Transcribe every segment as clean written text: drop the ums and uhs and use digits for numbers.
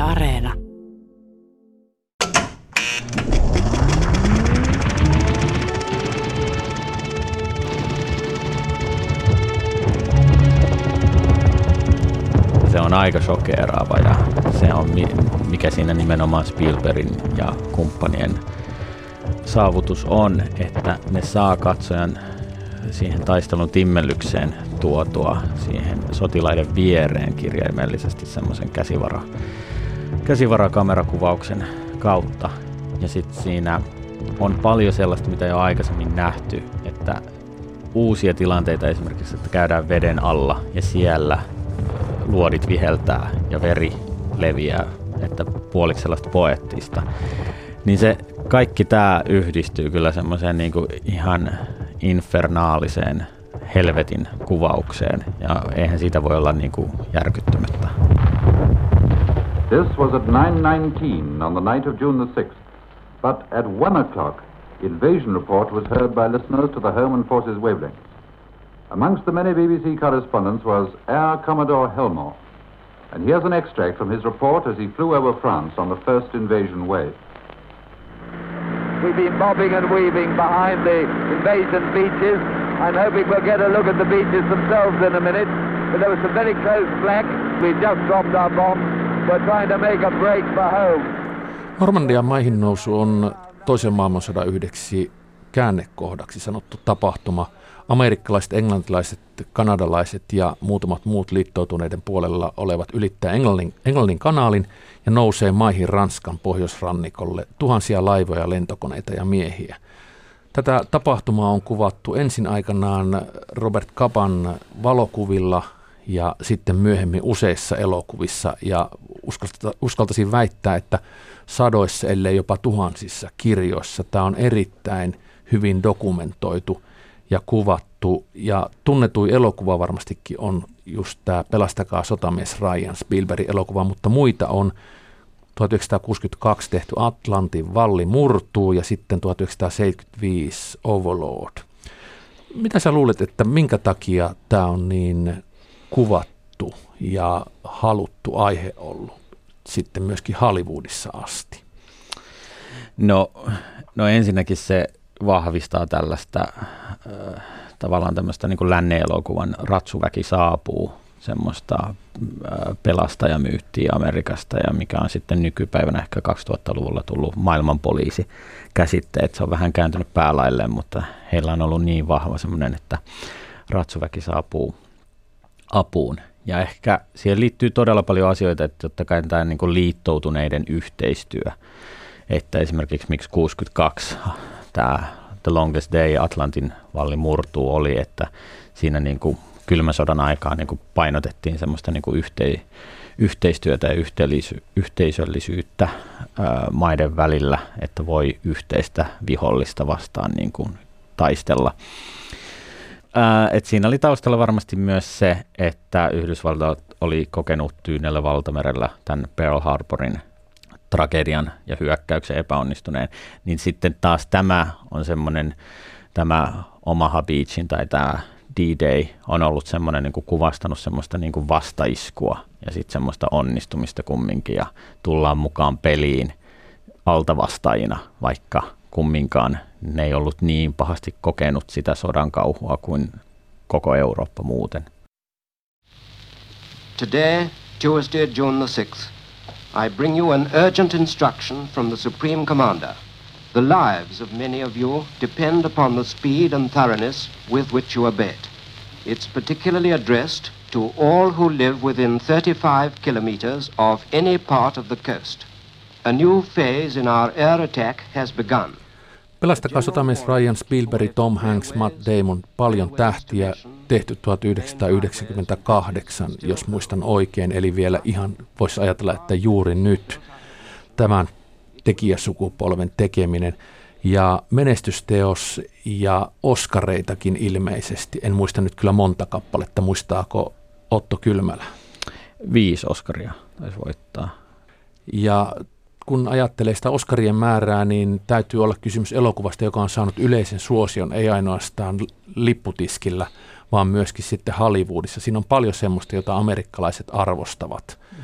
Areena. Se on aika shokeeraava ja se on mikä siinä nimenomaan Spielbergin ja kumppanien saavutus on, että ne saa katsojan siihen taistelun timmellykseen tuotua siihen sotilaiden viereen kirjaimellisesti semmoisen käsivarakamerakakuvauksen kautta. Ja sitten siinä on paljon sellaista, mitä jo aikaisemmin nähty, että uusia tilanteita esimerkiksi, että käydään veden alla ja siellä luodit viheltää ja veri leviää, että puoliksi sellaista poeettista. Niin se kaikki tämä yhdistyy kyllä semmoiseen niinku ihan infernaaliseen helvetin kuvaukseen, ja eihän siitä voi olla niinku järkyttymättä. This was at 9:19 on the night of June the 6th, but at 1 o'clock, invasion report was heard by listeners to the Home and Forces wavelengths. Amongst the many BBC correspondents was Air Commodore Helmore, and here's an extract from his report as he flew over France on the first invasion wave. We've been bobbing and weaving behind the invasion beaches. I'm hoping we'll get a look at the beaches themselves in a minute, but there was some very close flak. We just dropped our bomb. We're trying to make a break for home. Normandian maihin nousu on toisen maailmansodan yhdeksi käännekohdaksi sanottu tapahtuma. Amerikkalaiset, englantilaiset, kanadalaiset ja muutamat muut liittoutuneiden puolella olevat ylittää Englannin kanaalin ja nousee maihin Ranskan pohjoisrannikolle tuhansia laivoja, lentokoneita ja miehiä. Tätä tapahtumaa on kuvattu ensin aikanaan Robert Capan valokuvilla ja sitten myöhemmin useissa elokuvissa, ja uskaltaisin väittää, että sadoissa ellei jopa tuhansissa kirjoissa tämä on erittäin hyvin dokumentoitu ja kuvattu, ja tunnetuin elokuva varmastikin on just tämä Pelastakaa sotamies Ryan Spielbergin elokuva, mutta muita on 1962 tehty Atlantin valli murtuu ja sitten 1975 Overlord. Mitä sä luulet, että minkä takia tämä on niin kuvattu ja haluttu aihe ollut sitten myöskin Hollywoodissa asti? No ensinnäkin se vahvistaa tällaista tavallaan tämmöistä niin kuin lännen elokuvan ratsuväki saapuu, semmoista pelastajamyyttiä Amerikasta, ja mikä on sitten nykypäivänä ehkä 2000-luvulla tullut maailmanpoliisi käsitteet. Se on vähän kääntynyt päälailleen, mutta heillä on ollut niin vahva semmoinen, että ratsuväki saapuu apuun. Ja ehkä siihen liittyy todella paljon asioita, että totta kai tämä niin kuin liittoutuneiden yhteistyö, että esimerkiksi miksi 62 tämä The Longest Day Atlantin valli murtuu oli, että siinä niin kuin kylmän sodan aikaan niin kuin painotettiin semmoista niin kuin yhteistyötä ja yhteisöllisyyttä maiden välillä, että voi yhteistä vihollista vastaan niin kuin taistella. Et siinä oli taustalla varmasti myös se, että Yhdysvallat oli kokenut Tyynellä valtamerellä tämän Pearl Harborin tragedian ja hyökkäyksen epäonnistuneen, niin sitten taas tämä on semmoinen, tämä Omaha Beachin tai tämä D-Day on ollut semmoinen niin kuin kuvastanut semmoista niin kuin vastaiskua ja sitten semmoista onnistumista kumminkin, ja tullaan mukaan peliin altavastaajina, vaikka kumminkaan ne ei ollut niin pahasti kokenut sitä sodan kauhua kuin koko Eurooppa muuten. Today, Tuesday, June the 6th, I bring you an urgent instruction from the Supreme Commander. The lives of many of you depend upon the speed and thoroughness with which you obey it. It's particularly addressed to all who live within 35 kilometers of any part of the coast. A new phase in our air attack has begun. Pelastakaa sotamies Ryan Spielberg, Tom Hanks, Matt Damon, paljon tähtiä, tehty 1998, jos muistan oikein, eli vielä ihan voisi ajatella, että juuri nyt tämän tekijäsukupolven tekeminen, ja menestysteos ja Oscareitakin ilmeisesti. En muista nyt kyllä monta kappaletta, muistaako Otto Kylmälä? 5 Oscaria taisi voittaa. Ja kun ajattelee sitä Oscarien määrää, niin täytyy olla kysymys elokuvasta, joka on saanut yleisen suosion, ei ainoastaan lipputiskillä, vaan myöskin sitten Hollywoodissa. Siinä on paljon semmoista, jota amerikkalaiset arvostavat.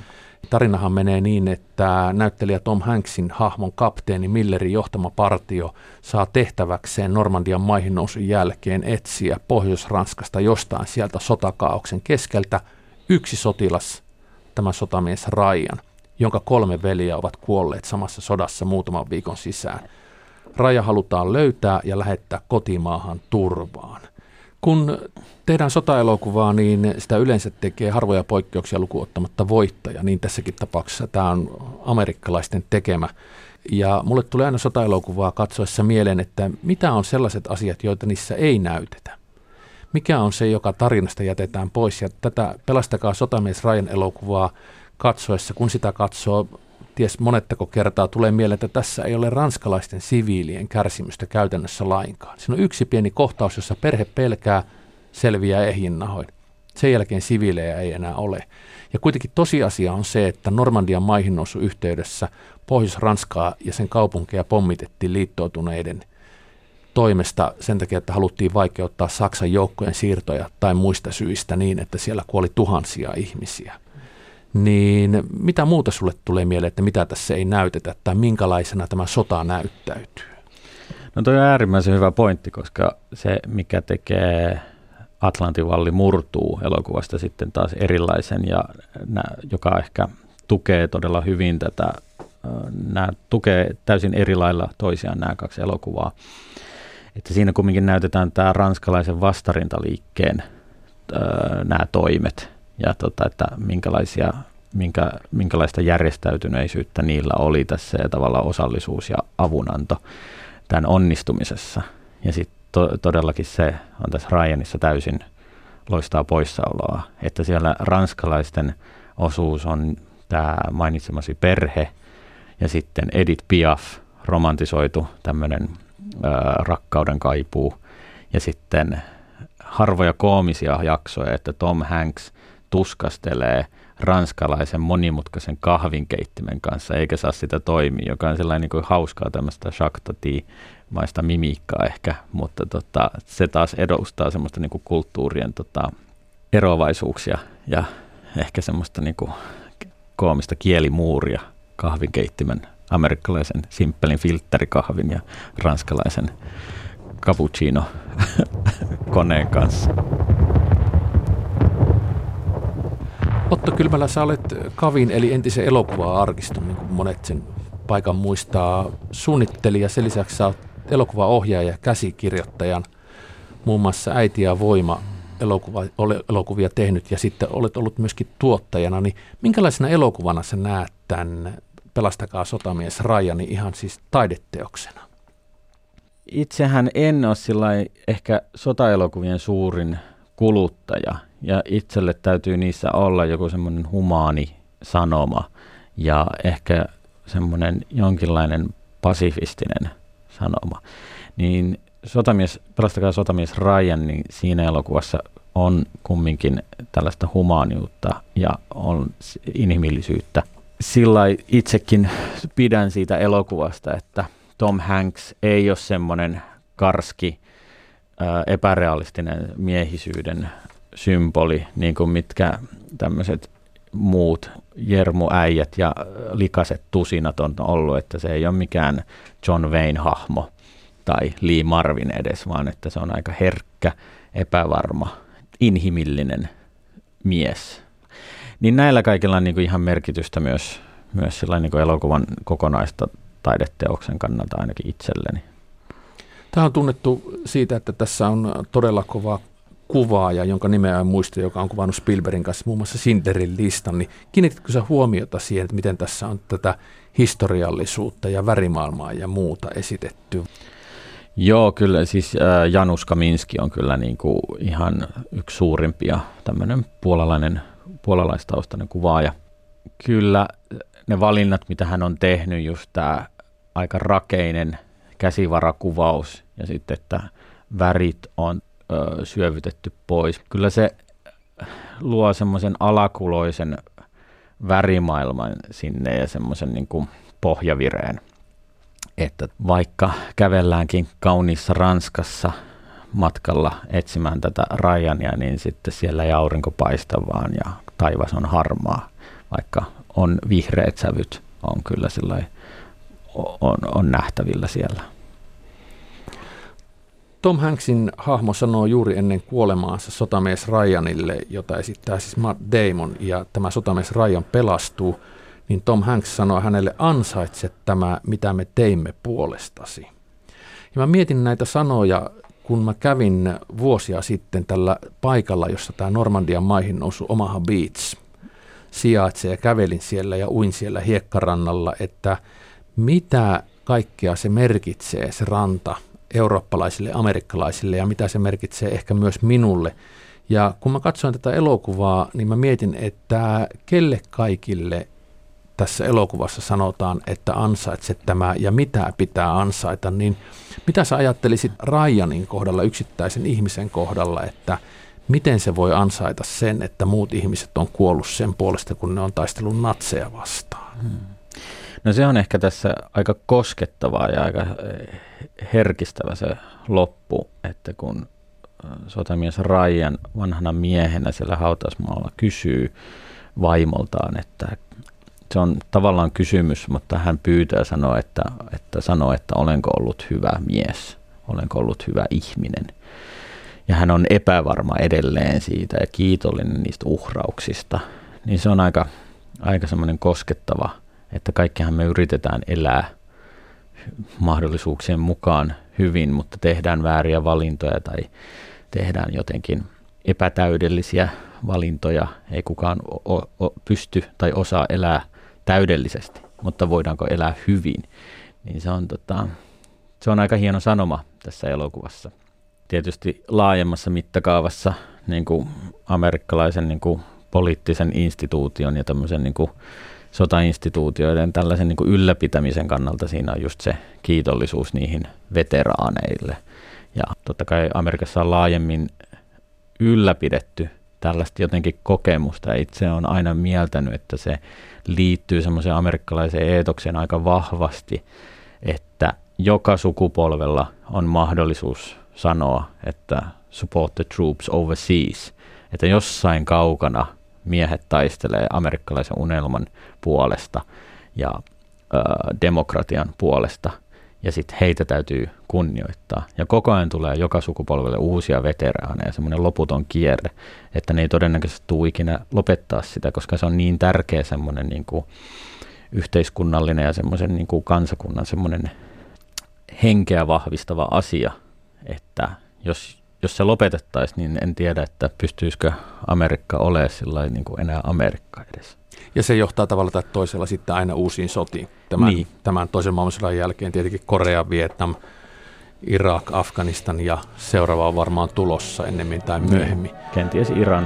tarinahan menee niin, että näyttelijä Tom Hanksin hahmon kapteeni Millerin johtama partio saa tehtäväkseen Normandian maihinnousun jälkeen etsiä Pohjois-Ranskasta jostain sieltä sotakaaoksen keskeltä yksi sotilas, tämä sotamies Ryan, jonka 3 veljeä ovat kuolleet samassa sodassa muutaman viikon sisään. Raja halutaan löytää ja lähettää kotimaahan turvaan. Kun tehdään sotaelokuvaa, niin sitä yleensä tekee harvoja poikkeuksia lukuun ottamatta voittaja. Niin tässäkin tapauksessa tämä on amerikkalaisten tekemä. Ja mulle tulee aina sotaelokuvaa katsoessa mieleen, että mitä on sellaiset asiat, joita niissä ei näytetä. Mikä on se, joka tarinasta jätetään pois. Ja tätä Pelastakaa sotamies Ryan -elokuvaa katsoessa, kun sitä katsoo, ties monettako kertaa tulee mieleen, että tässä ei ole ranskalaisten siviilien kärsimystä käytännössä lainkaan. Siinä on yksi pieni kohtaus, jossa perhe pelkää, selviää ehjinnahoin. Sen jälkeen siviilejä ei enää ole. Ja kuitenkin tosiasia on se, että Normandian maihinnousun yhteydessä Pohjois-Ranskaa ja sen kaupunkeja pommitettiin liittoutuneiden toimesta sen takia, että haluttiin vaikeuttaa Saksan joukkojen siirtoja tai muista syistä niin, että siellä kuoli tuhansia ihmisiä. Niin mitä muuta sulle tulee mieleen, että mitä tässä ei näytetä tai minkälaisena tämä sota näyttäytyy? No toi on äärimmäisen hyvä pointti, koska se mikä tekee Atlantin valli murtuu -elokuvasta sitten taas erilaisen ja joka ehkä tukee todella hyvin tätä, nämä tukee täysin eri lailla toisiaan nämä 2 elokuvaa. Että siinä kumminkin näytetään tämä ranskalaisen vastarintaliikkeen nämä toimet ja että minkälaista järjestäytyneisyyttä niillä oli tässä ja tavallaan osallisuus ja avunanto tämän onnistumisessa. Ja sitten todellakin se on tässä Ryanissa täysin loistaa poissaoloa, että siellä ranskalaisten osuus on tämä mainitsemasi perhe ja sitten Edith Piaf, romantisoitu tämmöinen rakkauden kaipuu ja sitten harvoja koomisia jaksoja, että Tom Hanks tuskastelee ranskalaisen monimutkaisen kahvinkeittimen kanssa, eikä saa sitä toimia, joka on sellainen niin kuin hauskaa tämmöistä Jacques Tati-maista mimiikkaa ehkä, mutta se taas edustaa semmoista niin kuin kulttuurien eroavaisuuksia ja ehkä semmoista niin kuin koomista kielimuuria kahvinkeittimen, amerikkalaisen simppelin filtterikahvin ja ranskalaisen cappuccino-koneen kanssa. Otto Kylmälä, sä olet Kavin eli entisen elokuva-arkiston, niin kuin monet sen paikan muistaa, suunnittelija. Sen lisäksi sä oot elokuvaohjaaja ja käsikirjoittajan, muun muassa Äiti ja voima elokuvia tehnyt ja sitten olet ollut myöskin tuottajana. Niin minkälaisena elokuvana sä näet tämän Pelastakaa sotamies Ryanin ihan siis taideteoksena? Itsehän en ole sillai ehkä sotaelokuvien suurin kuluttaja ja itselle täytyy niissä olla joku semmoinen humaani sanoma ja ehkä semmoinen jonkinlainen pasifistinen sanoma. Niin Pelastakaa sotamies Ryan, niin siinä elokuvassa on kumminkin tällaista humaaniutta ja on inhimillisyyttä. Sillai itsekin pidän siitä elokuvasta, että Tom Hanks ei ole semmoinen karski, epärealistinen miehisyyden symboli, niin kuin mitkä tämmöiset muut jermuäijät ja likaset tusinat on ollut, että se ei ole mikään John Wayne-hahmo tai Lee Marvin edes, vaan että se on aika herkkä, epävarma, inhimillinen mies. Niin näillä kaikilla on niin kuin ihan merkitystä myös niin kuin elokuvan kokonaista taideteoksen kannalta ainakin itselleni. Tämä on tunnettu siitä, että tässä on todella kova kuvaaja, jonka nimeä en muista, joka on kuvannut Spielbergin kanssa muun muassa Schindlerin listan. Niin kiinnititkö sä huomiota siihen, että miten tässä on tätä historiallisuutta ja värimaailmaa ja muuta esitetty? Joo, kyllä siis Janusz Kaminski on kyllä niin kuin ihan yksi suurimpia tämmöinen puolalaistaustainen kuvaaja. Kyllä ne valinnat, mitä hän on tehnyt, just tämä aika rakeinen käsivarakuvaus ja sitten, että värit on syövytetty pois. Kyllä se luo semmoisen alakuloisen värimaailman sinne ja semmoisen niin kuin pohjavireen, että vaikka kävelläänkin kauniissa Ranskassa matkalla etsimään tätä Ryania, niin sitten siellä ei aurinko paista vaan ja taivas on harmaa, vaikka on vihreät sävyt, on kyllä on nähtävillä siellä. Tom Hanksin hahmo sanoo juuri ennen kuolemaansa sotamies Ryanille, jota esittää siis Matt Damon, ja tämä sotamies Ryan pelastuu, niin Tom Hanks sanoo hänelle, ansaitset tämä, mitä me teimme puolestasi. Ja mä mietin näitä sanoja, kun mä kävin vuosia sitten tällä paikalla, jossa tämä Normandian maihin nousu Omaha Beach sijaitsee, ja kävelin siellä ja uin siellä hiekkarannalla, että mitä kaikkea se merkitsee, se ranta, eurooppalaisille, amerikkalaisille, ja mitä se merkitsee ehkä myös minulle. Ja kun mä katsoin tätä elokuvaa, niin mä mietin, että kelle kaikille tässä elokuvassa sanotaan, että ansaitset tämä ja mitä pitää ansaita, niin mitä sä ajattelisit Ryanin kohdalla, yksittäisen ihmisen kohdalla, että miten se voi ansaita sen, että muut ihmiset on kuollut sen puolesta, kun ne on taistellut natseja vastaan? No se on ehkä tässä aika koskettavaa ja aika herkistävä se loppu, että kun sotamies Ryan vanhana miehenä siellä hautausmaalla kysyy vaimoltaan, että se on tavallaan kysymys, mutta hän pyytää sanoa, että olenko ollut hyvä mies, olenko ollut hyvä ihminen. Ja hän on epävarma edelleen siitä ja kiitollinen niistä uhrauksista. Niin se on aika semmoinen koskettava, että kaikkihan me yritetään elää mahdollisuuksien mukaan hyvin, mutta tehdään vääriä valintoja tai tehdään jotenkin epätäydellisiä valintoja. Ei kukaan pysty tai osaa elää täydellisesti, mutta voidaanko elää hyvin? Niin se on aika hieno sanoma tässä elokuvassa. Tietysti laajemmassa mittakaavassa niin kuin amerikkalaisen niin kuin poliittisen instituution ja tämmöisen niin kuin sotainstituutioiden tällaisen niin kuin ylläpitämisen kannalta siinä on just se kiitollisuus niihin veteraaneille. Ja totta kai Amerikassa on laajemmin ylläpidetty tällaista jotenkin kokemusta. Ja itse olen aina mieltänyt, että se liittyy semmoiseen amerikkalaiseen eetokseen aika vahvasti, että joka sukupolvella on mahdollisuus sanoa, että support the troops overseas, että jossain kaukana miehet taistelee amerikkalaisen unelman puolesta ja demokratian puolesta, ja sitten heitä täytyy kunnioittaa. Ja koko ajan tulee joka sukupolvelle uusia veteraaneja, semmoinen loputon kierre, että ne ei todennäköisesti tule ikinä lopettaa sitä, koska se on niin tärkeä semmoinen niin kuin yhteiskunnallinen ja semmoisen niin kuin kansakunnan semmoinen henkeä vahvistava asia, että jos se lopetettaisiin, niin en tiedä, että pystyisikö Amerikka olemaan sillä niin kuin enää Amerikka edes. Ja se johtaa tavalla tai toisella sitten aina uusiin sotiin. Tämän toisen maailmansodan jälkeen tietenkin Korea, Vietnam, Irak, Afganistan ja seuraava on varmaan tulossa ennemmin tai myöhemmin. Kenties Iran.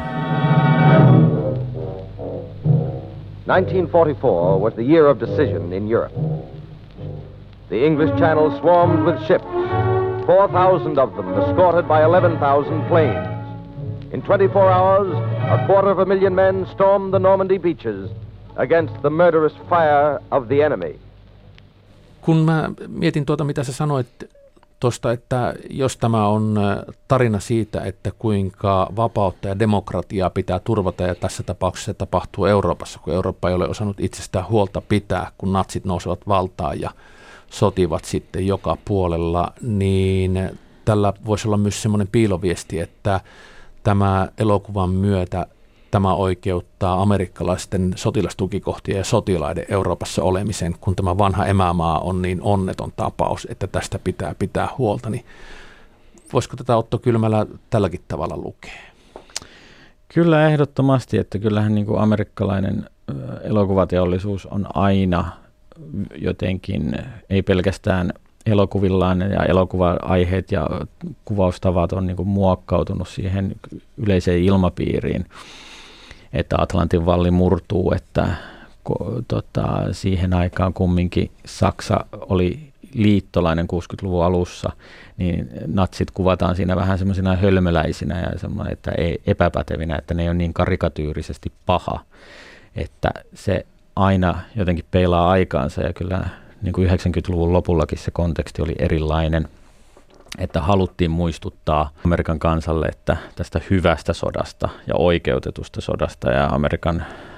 1944 was the year of decision in Europe. The English Channel swarmed with ships, 4,000 of them escorted by 11,000 planes. In 24 hours, 250,000 men stormed the Normandy beaches against the murderous fire of the enemy. Kun mä mietin mitä sä sanoit tuosta, että jos tämä on tarina siitä, että kuinka vapautta ja demokratiaa pitää turvata, ja tässä tapauksessa se tapahtuu Euroopassa, kun Eurooppa ei ole osannut itsestään huolta pitää, kun natsit nousevat valtaan ja sotivat sitten joka puolella, niin tällä voisi olla myös semmoinen piiloviesti, että tämä elokuvan myötä tämä oikeuttaa amerikkalaisten sotilastukikohtien ja sotilaiden Euroopassa olemisen, kun tämä vanha emämaa on niin onneton tapaus, että tästä pitää pitää huolta. Niin voisiko tätä Otto Kylmälä tälläkin tavalla lukea? Kyllä ehdottomasti, että kyllähän niin kuin amerikkalainen elokuvateollisuus on aina jotenkin, ei pelkästään elokuvillaan ja elokuva-aiheet ja kuvaustavat on niin kuin muokkautunut siihen yleiseen ilmapiiriin, että Atlantin valli murtuu, että siihen aikaan kumminkin Saksa oli liittolainen 60-luvun alussa, niin natsit kuvataan siinä vähän semmoisina hölmöläisinä ja semmoinen, että ei epäpätevinä, että ne ei ole niin karikatyyrisesti paha, että se aina jotenkin peilaa aikaansa ja kyllä niin kuin 90-luvun lopullakin se konteksti oli erilainen, että haluttiin muistuttaa Amerikan kansalle, että tästä hyvästä sodasta ja oikeutetusta sodasta ja Amerikan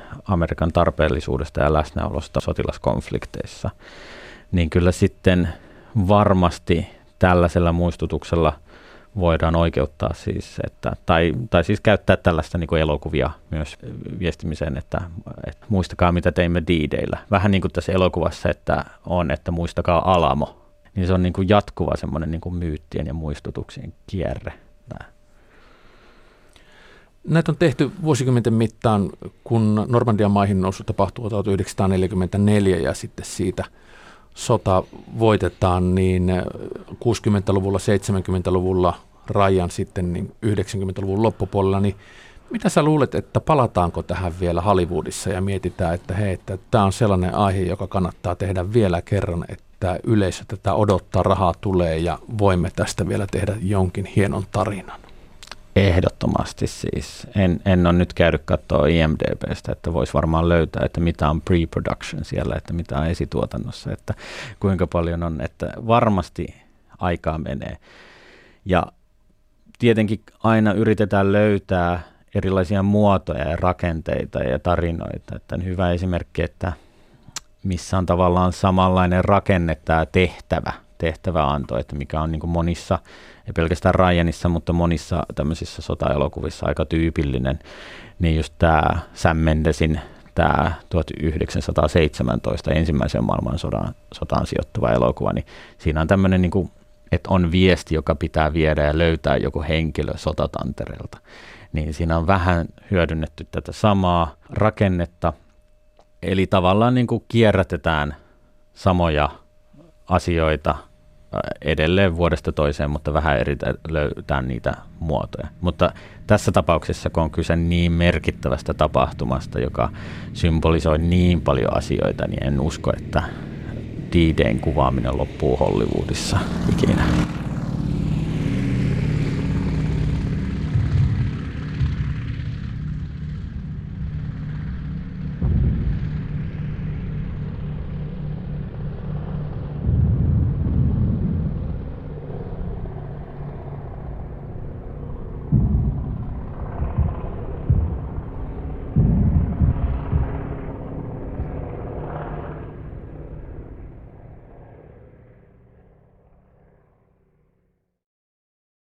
Amerikan tarpeellisuudesta ja läsnäolosta sotilaskonflikteissa, niin kyllä sitten varmasti tällaisella muistutuksella voidaan oikeuttaa siis, tai siis käyttää tällaista niin kuin elokuvia myös viestimiseen, että muistakaa mitä teimme D-Dayllä. Vähän niin kuin tässä elokuvassa, että muistakaa Alamo. Niin se on niin kuin jatkuva semmoinen niin kuin myyttien ja muistutuksien kierre. Näitä on tehty vuosikymmenten mittaan, kun Normandian maihin nousu tapahtuu 1944 ja sitten siitä sota voitetaan, niin 60-luvulla, 70-luvulla, Ryan sitten niin 90-luvun loppupuolella, niin mitä sä luulet, että palataanko tähän vielä Hollywoodissa ja mietitään, että hei, että tämä on sellainen aihe, joka kannattaa tehdä vielä kerran, että yleisö tätä odottaa, rahaa tulee ja voimme tästä vielä tehdä jonkin hienon tarinan? Ehdottomasti siis. En ole nyt käynyt katsoa IMDb:stä, että voisi varmaan löytää, että mitä on pre-production siellä, että mitä on esituotannossa, että kuinka paljon on, että varmasti aikaa menee. Ja tietenkin aina yritetään löytää erilaisia muotoja ja rakenteita ja tarinoita. Että on hyvä esimerkki, että missä on tavallaan samanlainen rakenne tämä tehtäväanto, että mikä on niin kuin monissa, ei pelkästään Ryanissa, mutta monissa tämmöisissä sotaelokuvissa aika tyypillinen, niin just tämä Sam Mendesin tämä 1917 ensimmäisen maailmansotaan sijoittuva elokuva, niin siinä on tämmöinen, niin kuin, että on viesti, joka pitää viedä ja löytää joku henkilö sotatantereelta. Niin siinä on vähän hyödynnetty tätä samaa rakennetta, eli tavallaan niin kuin kierrätetään samoja asioita edelleen vuodesta toiseen, mutta vähän löytää niitä muotoja. Mutta tässä tapauksessa, kun on kyse niin merkittävästä tapahtumasta, joka symbolisoi niin paljon asioita, niin en usko, että D-Dayn kuvaaminen loppuu Hollywoodissa ikinä.